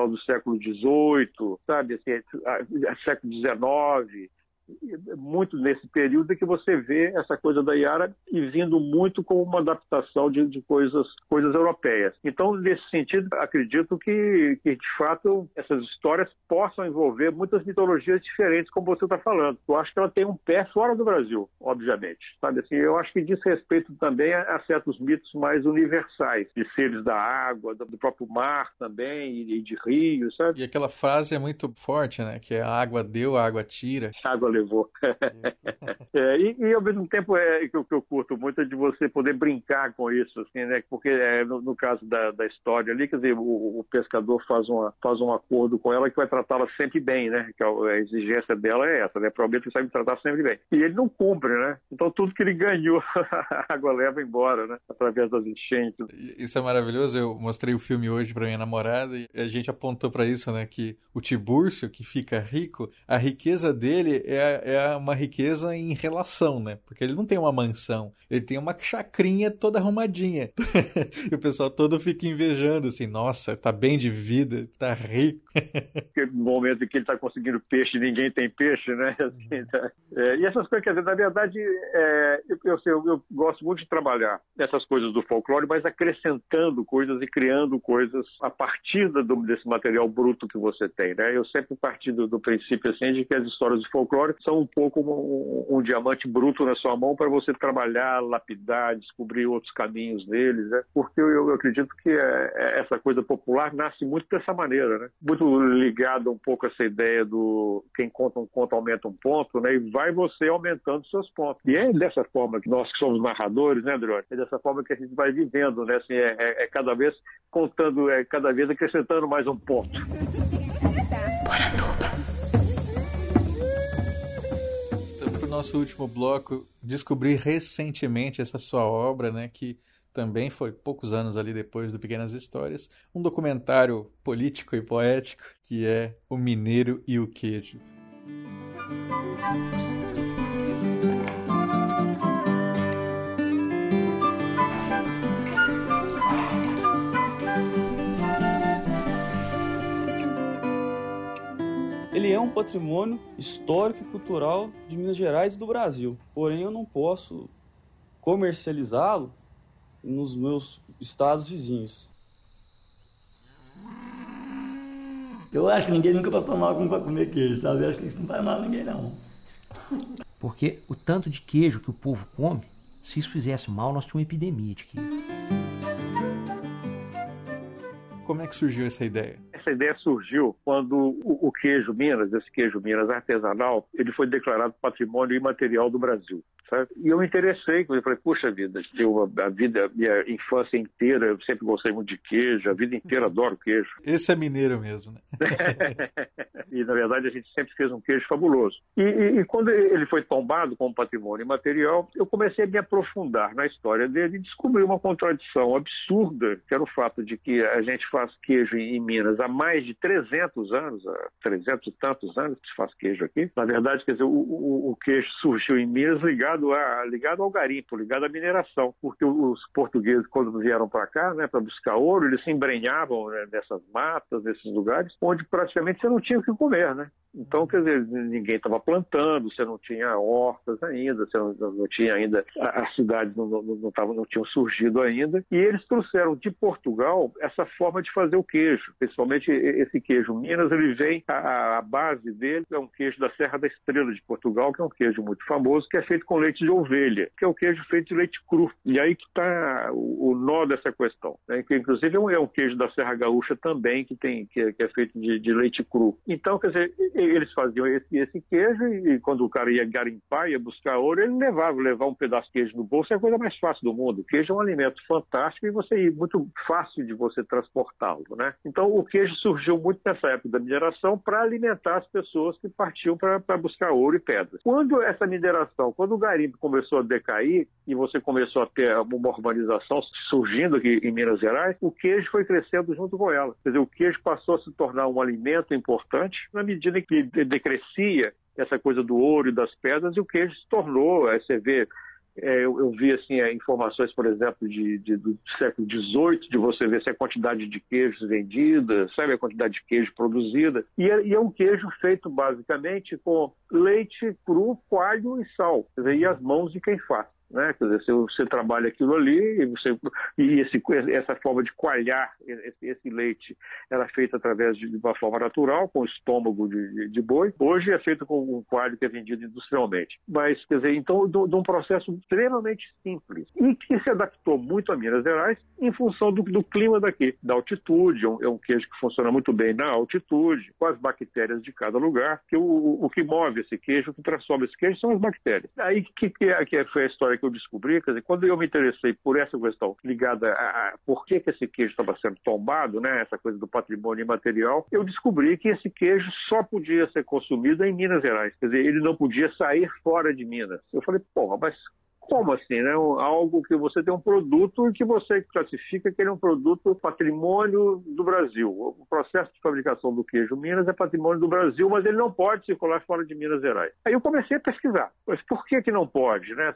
XVIII, sabe, assim, século XIX, muito nesse período que você vê essa coisa da Iara e vindo muito como uma adaptação de coisas europeias. Então, nesse sentido, acredito que de fato essas histórias possam envolver muitas mitologias diferentes, como você está falando. Eu acho que ela tem um pé fora do Brasil, obviamente. Sabe assim, eu acho que diz respeito também a certos mitos mais universais, de seres da água, do próprio mar também, e de rios, sabe? E aquela frase é muito forte, né? Que é a água deu, a água tira. A água levou. E ao mesmo tempo que eu curto muito é de você poder brincar com isso, assim, né? Porque no caso da história ali, quer dizer, o pescador faz um acordo com ela que vai tratá-la sempre bem, né? Que a exigência dela é essa, né? Provavelmente ele sabe tratar sempre bem. E ele não cumpre, né? Então tudo que ele ganhou, a água leva embora, né? Através das enchentes. Isso é maravilhoso. Eu mostrei o filme hoje para minha namorada e a gente apontou para isso, né? Que o Tibúrcio, que fica rico, a riqueza dele é uma riqueza em relação, né? Porque ele não tem uma mansão, ele tem uma chacrinha toda arrumadinha. E o pessoal todo fica invejando, assim, nossa, tá bem de vida, tá rico. No momento em que ele tá conseguindo peixe, ninguém tem peixe, né? Assim, tá? E essas coisas, quer dizer, na verdade, eu gosto muito de trabalhar essas coisas do folclore, mas acrescentando coisas e criando coisas a partir desse material bruto que você tem, né? Eu sempre parti do princípio, assim, de que as histórias do folclore são um pouco um diamante bruto na sua mão para você trabalhar, lapidar, descobrir outros caminhos deles, né? Porque eu acredito que essa coisa popular nasce muito dessa maneira, né? Muito ligada um pouco a essa ideia do quem conta um conto aumenta um ponto, né? E vai você aumentando seus pontos. E é dessa forma que nós que somos narradores, né, Adriano? É dessa forma que a gente vai vivendo, né? Assim, cada vez contando, cada vez acrescentando mais um ponto. Nosso último bloco, descobri recentemente essa sua obra, né, que também foi poucos anos ali depois do Pequenas Histórias, um documentário político e poético que é O Mineiro e o Queijo. Ele é um patrimônio histórico e cultural de Minas Gerais e do Brasil. Porém, eu não posso comercializá-lo nos meus estados vizinhos. Eu acho que ninguém nunca passou mal com comer queijo, sabe? Eu acho que isso não faz mal a ninguém, não. Porque o tanto de queijo que o povo come, se isso fizesse mal, nós tínhamos uma epidemia de queijo. Como é que surgiu essa ideia? Essa ideia surgiu quando o queijo Minas, esse queijo Minas artesanal, ele foi declarado patrimônio imaterial do Brasil. Sabe? E eu me interessei, eu falei, puxa vida, minha infância inteira, eu sempre gostei muito de queijo, a vida inteira adoro queijo. Esse é mineiro mesmo, né? E, na verdade, a gente sempre fez um queijo fabuloso. E quando ele foi tombado como patrimônio imaterial, eu comecei a me aprofundar na história dele e descobri uma contradição absurda, que era o fato de que a gente faz queijo em Minas há mais de 300 anos, 300 e tantos anos que se faz queijo aqui. Na verdade, quer dizer, o queijo surgiu em Minas ligado ao garimpo, ligado à mineração, porque os portugueses, quando vieram para cá, né, para buscar ouro, eles se embrenhavam, né, nessas matas, nesses lugares, onde praticamente você não tinha o que comer, né? Então, quer dizer, ninguém estava plantando, você não tinha hortas ainda, você não tinha ainda, as cidades não tinham surgido ainda, e eles trouxeram de Portugal essa forma de fazer o queijo, principalmente esse queijo Minas, ele vem, a base dele é um queijo da Serra da Estrela de Portugal, que é um queijo muito famoso, que é feito com leite de ovelha, que é o queijo feito de leite cru, e aí que está o nó dessa questão, né? Que inclusive é um queijo da Serra Gaúcha também, que é feito de leite cru. Então, quer dizer, eles faziam esse queijo e quando o cara ia garimpar, ia buscar ouro, ele levar um pedaço de queijo no bolso é a coisa mais fácil do mundo. O queijo é um alimento fantástico e muito fácil de você transportá-lo, né? Então o queijo surgiu muito nessa época da mineração para alimentar as pessoas que partiam para buscar ouro e pedras. Quando essa mineração, quando o garimpo começou a decair e você começou a ter uma urbanização surgindo aqui em Minas Gerais, o queijo foi crescendo junto com ela. Quer dizer, o queijo passou a se tornar um alimento importante na medida que decrescia essa coisa do ouro e das pedras, e o queijo se tornou, você vê, eu vi assim, informações, por exemplo, do século XVIII, de você ver a quantidade de queijos vendidas, sabe, a quantidade de queijo produzida, e é um queijo feito basicamente com leite cru, coalho e sal, quer dizer, e as mãos de quem faz. Né? Quer dizer, você trabalha aquilo ali essa forma de coalhar esse leite era feita através de uma forma natural, com estômago de boi. Hoje é feito com um coalho que é vendido industrialmente. Mas, quer dizer, então, de um processo extremamente simples e que se adaptou muito a Minas Gerais em função do clima daqui, da altitude. É um queijo que funciona muito bem na altitude, com as bactérias de cada lugar, que o que move esse queijo, o que transforma esse queijo são as bactérias. Aí que foi a história que eu descobri, quer dizer, quando eu me interessei por essa questão ligada a por que esse queijo estava sendo tombado, né, essa coisa do patrimônio imaterial, eu descobri que esse queijo só podia ser consumido em Minas Gerais, quer dizer, ele não podia sair fora de Minas. Eu falei, porra, mas como assim, né? Algo que você tem um produto e que você classifica que ele é um produto patrimônio do Brasil. O processo de fabricação do queijo Minas é patrimônio do Brasil, mas ele não pode circular fora de Minas Gerais. Aí eu comecei a pesquisar. Mas por que não pode, né?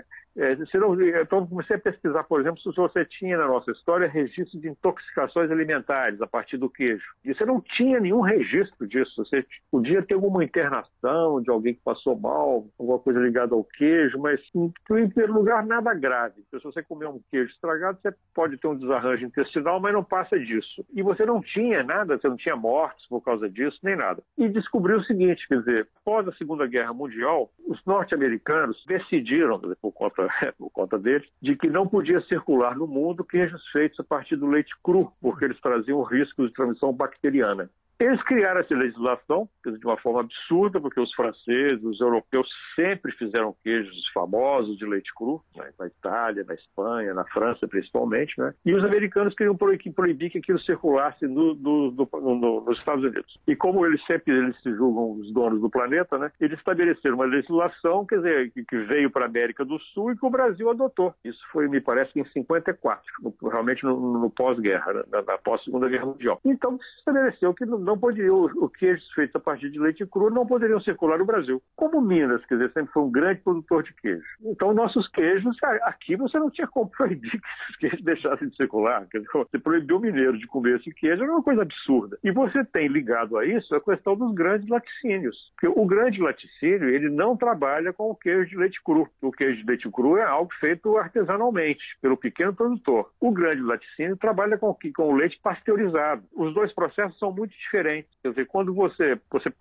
Então eu comecei a pesquisar, por exemplo, se você tinha na nossa história registro de intoxicações alimentares a partir do queijo. E você não tinha nenhum registro disso. Você podia ter alguma internação de alguém que passou mal, alguma coisa ligada ao queijo, mas em primeiro lugar, nada grave. Se você comer um queijo estragado, você pode ter um desarranjo intestinal, mas não passa disso. E você não tinha nada, você não tinha mortes por causa disso, nem nada. E descobriu o seguinte, quer dizer, após a Segunda Guerra Mundial, os norte-americanos decidiram, por conta deles, de que não podia circular no mundo queijos feitos a partir do leite cru, porque eles traziam riscos de transmissão bacteriana. Eles criaram essa legislação de uma forma absurda, porque os franceses, os europeus sempre fizeram queijos famosos de leite cru, né, na Itália, na Espanha, na França principalmente, né? E os americanos queriam proibir que aquilo circulasse nos Estados Unidos. E como eles se julgam os donos do planeta, né, eles estabeleceram uma legislação, quer dizer, que veio para a América do Sul e que o Brasil adotou. Isso foi, me parece, em 54, realmente no pós-guerra, na pós-Segunda Guerra Mundial. Então se estabeleceu que não poderiam, os queijos feitos a partir de leite cru não poderiam circular no Brasil. Como Minas, quer dizer, sempre foi um grande produtor de queijo. Então, nossos queijos, aqui você não tinha como proibir que esses queijos deixassem de circular. Quer dizer, você proibiu o mineiro de comer esse queijo, era uma coisa absurda. E você tem ligado a isso a questão dos grandes laticínios. Porque o grande laticínio, ele não trabalha com o queijo de leite cru. O queijo de leite cru é algo feito artesanalmente, pelo pequeno produtor. O grande laticínio trabalha com o leite pasteurizado. Os dois processos são muito diferentes. Quer dizer, quando você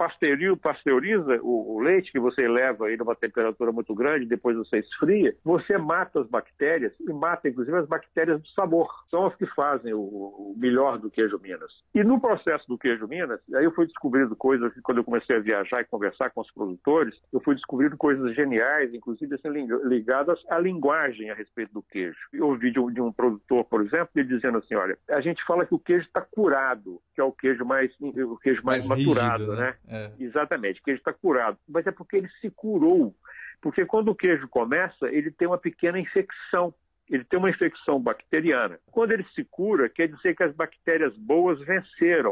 pasteuriza o leite, que você eleva ele a uma temperatura muito grande, depois você esfria, você mata as bactérias e mata, inclusive, as bactérias do sabor. São as que fazem o melhor do queijo Minas. E no processo do queijo Minas, aí eu fui descobrindo coisas, quando eu comecei a viajar e conversar com os produtores, eu fui descobrindo coisas geniais, inclusive assim, ligadas à linguagem a respeito do queijo. Eu ouvi de um produtor, por exemplo, ele dizendo assim, olha, a gente fala que o queijo está curado, que é o queijo mais maturado, rígido, né? Exatamente, o queijo está curado. Mas é porque ele se curou. Porque quando o queijo começa, ele tem uma pequena infecção. Ele tem uma infecção bacteriana. Quando ele se cura, quer dizer que as bactérias boas venceram.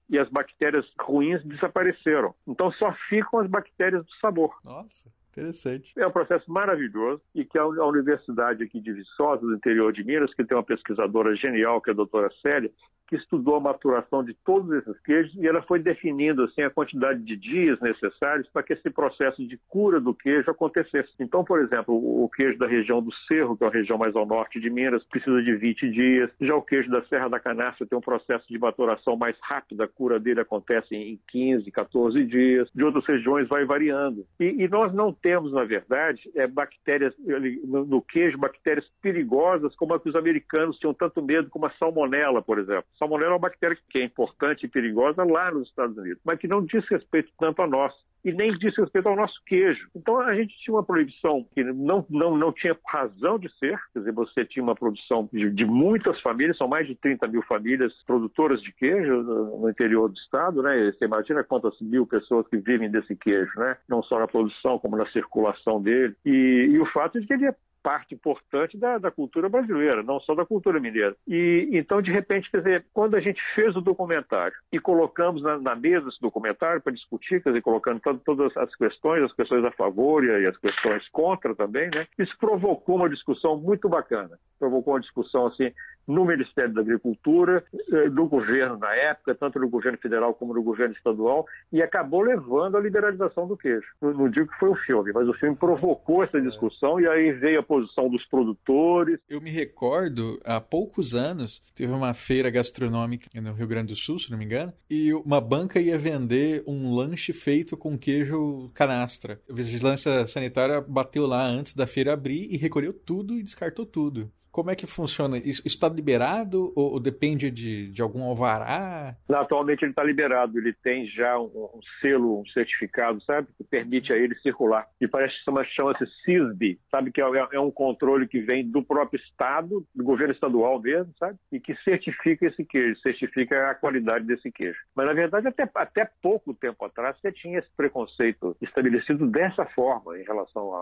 e as bactérias ruins desapareceram. Então só ficam as bactérias do sabor. Nossa, interessante. É um processo maravilhoso e que a Universidade aqui de Viçosa, do interior de Minas, que tem uma pesquisadora genial, que é a doutora Célia, que estudou a maturação de todos esses queijos e ela foi definindo assim, a quantidade de dias necessários para que esse processo de cura do queijo acontecesse. Então, por exemplo, o queijo da região do Cerro, que é a região mais ao norte de Minas, precisa de 20 dias. Já o queijo da Serra da Canastra tem um processo de maturação mais rápido, a cura dele acontece em 15, 14 dias. De outras regiões vai variando. E nós não temos, na verdade, bactérias no queijo, bactérias perigosas como a que os americanos tinham tanto medo, como a salmonela, por exemplo. Salmonela é uma bactéria que é importante e perigosa lá nos Estados Unidos, mas que não diz respeito tanto a nós. E nem diz respeito ao nosso queijo. Então a gente tinha uma proibição que não tinha razão de ser, quer dizer, você tinha uma produção de muitas famílias, são mais de 30 mil famílias produtoras de queijo no interior do estado, né? Você imagina quantas mil pessoas que vivem desse queijo, né? Não só na produção, como na circulação dele. E o fato de que ele é parte importante da cultura brasileira, não só da cultura mineira. E então, de repente, quer dizer, quando a gente fez o documentário e colocamos na mesa esse documentário para discutir, quer dizer, colocando todas as questões a favor e as questões contra também, né? Isso provocou uma discussão muito bacana. Provocou uma discussão, assim, no Ministério da Agricultura, do governo na época, tanto no governo federal como no governo estadual, e acabou levando à liberalização do queijo. Não digo que foi o filme, mas o filme provocou essa discussão e aí veio a posição dos produtores. Eu me recordo, há poucos anos, teve uma feira gastronômica no Rio Grande do Sul, se não me engano, e uma banca ia vender um lanche feito com queijo canastra. A vigilância sanitária bateu lá antes da feira abrir e recolheu tudo e descartou tudo. Como é que funciona? Isso está liberado ou depende de algum alvará? Atualmente ele está liberado, ele tem já um selo, um certificado, sabe? Que permite a ele circular. E parece que chama-se CISB, sabe? Que é um controle que vem do próprio estado, do governo estadual mesmo, sabe? E que certifica esse queijo, certifica a qualidade desse queijo. Mas na verdade até pouco tempo atrás você tinha esse preconceito estabelecido dessa forma em relação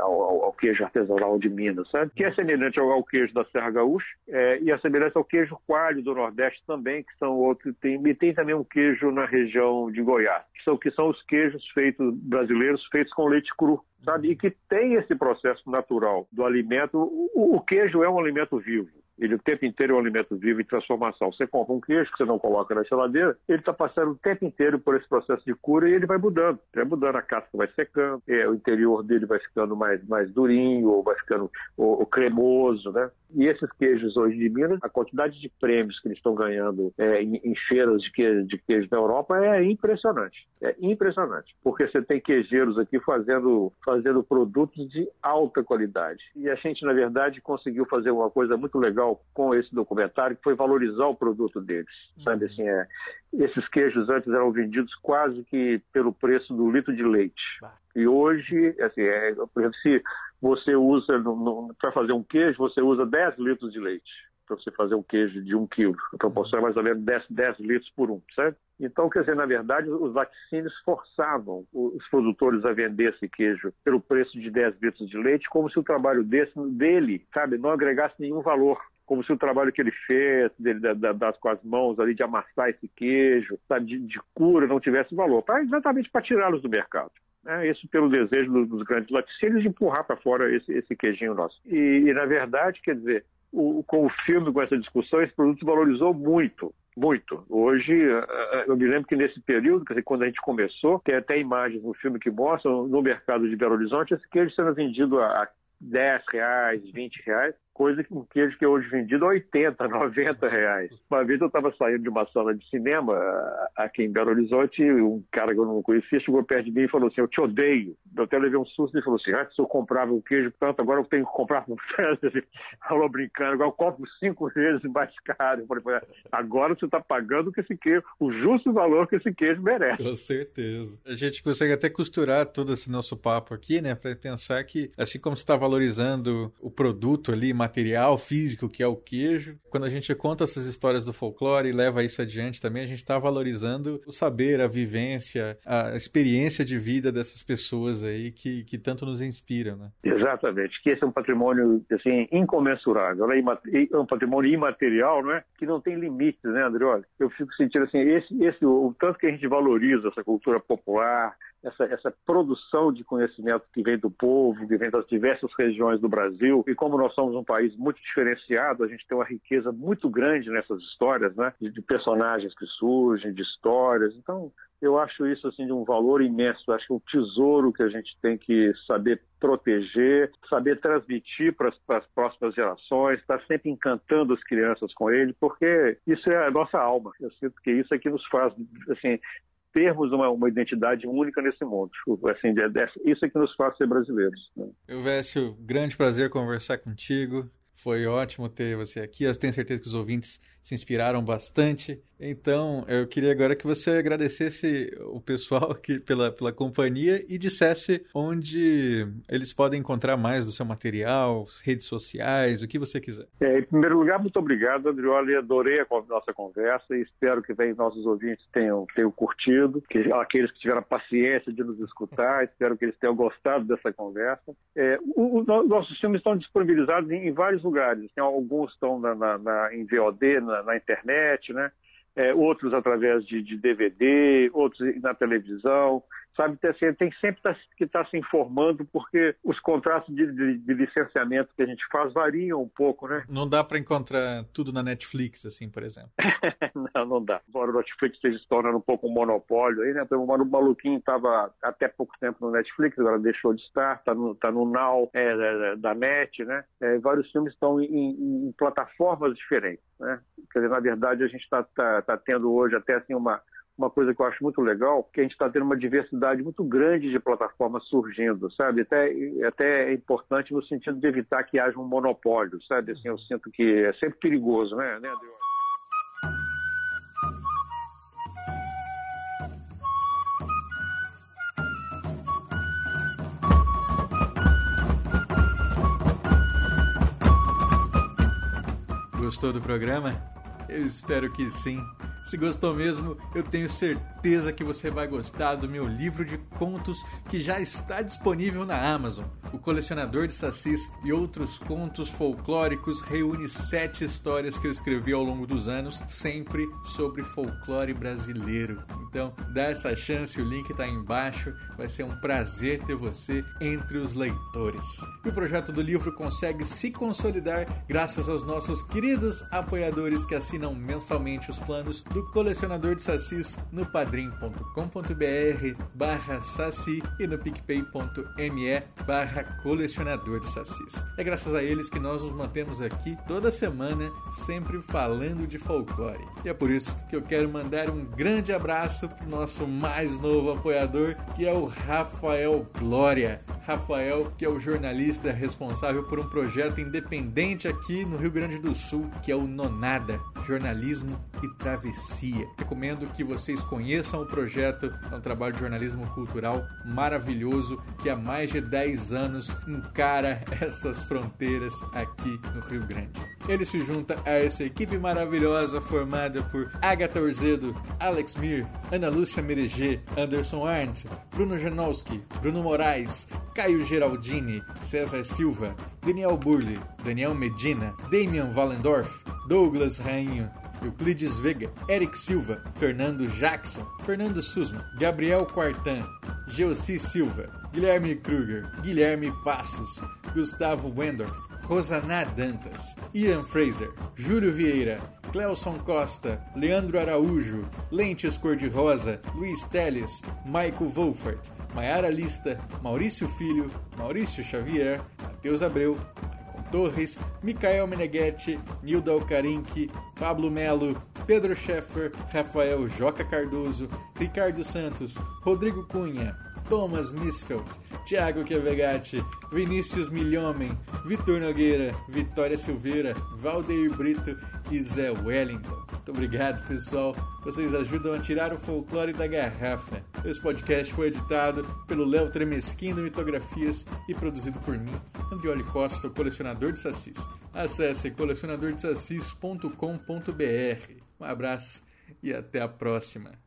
ao queijo artesanal de Minas, sabe? Que é semelhante ao queijo da Serra Gaúcha, e a semelhança ao queijo coalho do Nordeste também, que são outros, e tem também um queijo na região de Goiás, que são os queijos brasileiros feitos com leite cru, sabe? E que tem esse processo natural do alimento. O queijo é um alimento vivo. Ele o tempo inteiro é um alimento vivo em transformação. Você compra um queijo que você não coloca na geladeira, ele está passando o tempo inteiro por esse processo de cura e ele vai mudando. Ele vai mudando, a casca vai secando, o interior dele vai ficando mais durinho, ou vai ficando cremoso, né? E esses queijos hoje de Minas, a quantidade de prêmios que eles estão ganhando em feiras de queijo na Europa é impressionante. É impressionante. Porque você tem queijeiros aqui fazendo produtos de alta qualidade. E a gente, na verdade, conseguiu fazer uma coisa muito legal com esse documentário, que foi valorizar o produto deles. Sabe assim, esses queijos antes eram vendidos quase que pelo preço do litro de leite. E hoje, assim, por exemplo, se você usa, para fazer um queijo, você usa 10 litros de leite para você fazer um queijo de 1 quilo. A proporção é mais ou menos 10 litros por 1, certo? Então, quer dizer, na verdade, os laticínios forçavam os produtores a vender esse queijo pelo preço de 10 litros de leite, como se o trabalho dele, sabe, não agregasse nenhum valor. Como se o trabalho que ele fez, das com as mãos ali, de amassar esse queijo, sabe, de cura, não tivesse valor. Exatamente para tirá-los do mercado. Isso pelo desejo dos grandes laticínios de empurrar para fora esse queijinho nosso. E, na verdade, quer dizer, com o filme, com essa discussão, esse produto se valorizou muito. Muito. Hoje, eu me lembro que nesse período, quer dizer, quando a gente começou, tem até imagens no filme que mostram, no mercado de Belo Horizonte, esse queijo sendo vendido a R$10, R$20, um queijo que é hoje vendido a R$80, R$90. Uma vez eu estava saindo de uma sala de cinema aqui em Belo Horizonte, um cara que eu não conhecia chegou perto de mim e falou assim: eu te odeio. Eu até levei um susto e falou assim: se eu comprava um queijo tanto, agora eu tenho que comprar um tanto. Falou brincando, agora eu compro 5 vezes mais caro. Eu falei, agora você está pagando que esse queijo, o justo valor que esse queijo merece. Com certeza. A gente consegue até costurar todo esse nosso papo aqui, né, para pensar que, assim como você está valorizando o produto ali, material físico, que é o queijo. Quando a gente conta essas histórias do folclore e leva isso adiante também, a gente está valorizando o saber, a vivência, a experiência de vida dessas pessoas aí que tanto nos inspiram, né? Exatamente, que esse é um patrimônio assim, incomensurável, né? É um patrimônio imaterial, né? Que não tem limites, né, Andrioli? Eu fico sentindo assim, o tanto que a gente valoriza essa cultura popular, essa produção de conhecimento que vem do povo, que vem das diversas regiões do Brasil, e como nós somos um país muito diferenciado, a gente tem uma riqueza muito grande nessas histórias, né? De personagens que surgem, de histórias. Então, eu acho isso assim de um valor imenso. Acho que é um tesouro que a gente tem que saber proteger, saber transmitir para as próximas gerações, estar sempre encantando as crianças com ele, porque isso é a nossa alma. Eu sinto que isso é que nos faz, assim, termos uma identidade única nesse mundo. Assim, isso é que nos faz ser brasileiros, né? Elvésio, grande prazer conversar contigo. Foi ótimo ter você aqui. Eu tenho certeza que os ouvintes se inspiraram bastante. Então, eu queria agora que você agradecesse o pessoal aqui pela companhia e dissesse onde eles podem encontrar mais do seu material, redes sociais, o que você quiser. Em primeiro lugar, muito obrigado, Andrioli. Adorei a nossa conversa e espero que nossos ouvintes tenham curtido, que aqueles que tiveram a paciência de nos escutar, espero que eles tenham gostado dessa conversa. Nossos filmes estão disponibilizados em vários lugares. Alguns estão em VOD, na internet, né? Outros através de DVD, outros na televisão. Sabe, tem sempre que estar se informando, porque os contratos de licenciamento que a gente faz variam um pouco, né? Não dá para encontrar tudo na Netflix, assim, por exemplo. Não dá. Embora o Netflix esteja se tornando um pouco um monopólio aí, né? O Maluquinho estava até pouco tempo no Netflix, agora deixou de estar, está no Now da NET, né? Vários filmes estão em plataformas diferentes, né? Quer dizer, na verdade, a gente está tendo hoje até assim uma coisa que eu acho muito legal, que a gente está tendo uma diversidade muito grande de plataformas surgindo, sabe? Até é importante no sentido de evitar que haja um monopólio, sabe? Assim, eu sinto que é sempre perigoso, né, André? Gostou do programa? Eu espero que sim. Se gostou mesmo, eu tenho certeza que você vai gostar do meu livro de contos que já está disponível na Amazon. O Colecionador de Sacis e Outros Contos Folclóricos reúne 7 histórias que eu escrevi ao longo dos anos, sempre sobre folclore brasileiro. Então, dá essa chance, o link está aí embaixo. Vai ser um prazer ter você entre os leitores. E o projeto do livro consegue se consolidar graças aos nossos queridos apoiadores que assinam mensalmente os planos do Colecionador de Sacis no padrim.com.br/saci e no picpay.me/colecionador de sacis. É graças a eles que nós nos mantemos aqui toda semana, sempre falando de folclore. E é por isso que eu quero mandar um grande abraço pro nosso mais novo apoiador, que é o Rafael Glória. Rafael, que é o jornalista responsável por um projeto independente aqui no Rio Grande do Sul, que é o Nonada, Jornalismo e Travessia. Recomendo que vocês conheçam o projeto. É um trabalho de jornalismo cultural maravilhoso que há mais de 10 anos encara essas fronteiras aqui no Rio Grande. Ele se junta a essa equipe maravilhosa formada por Agatha Orzedo, Alex Mir, Ana Lúcia Mereger, Anderson Arndt, Bruno Janowski, Bruno Moraes, Caio Geraldini, César Silva, Daniel Burli, Daniel Medina, Damian Wallendorf, Douglas Rainho, Euclides Vega, Eric Silva, Fernando Jackson, Fernando Sussman, Gabriel Quartan, Geossi Silva, Guilherme Kruger, Guilherme Passos, Gustavo Wendorf, Rosaná Dantas, Ian Fraser, Júlio Vieira, Cleuson Costa, Leandro Araújo, Lentes Cor-de-Rosa, Luiz Teles, Maico Wolfert, Maiara Lista, Maurício Filho, Maurício Xavier, Matheus Abreu, Torres, Micael Meneghetti, Nilda Alcarinque, Pablo Melo, Pedro Scheffer, Rafael Joca Cardoso, Ricardo Santos, Rodrigo Cunha, Thomas Misfeld, Thiago Chiavegatti, Vinícius Milhomem, Vitor Nogueira, Vitória Silveira, Valdeir Brito e Zé Wellington. Muito obrigado, pessoal. Vocês ajudam a tirar o folclore da garrafa. Esse podcast foi editado pelo Léo Tremesquim do Mitografias e produzido por mim, Andrioli Costa, o colecionador de sacis. Acesse colecionadordesacis.com.br. Um abraço e até a próxima.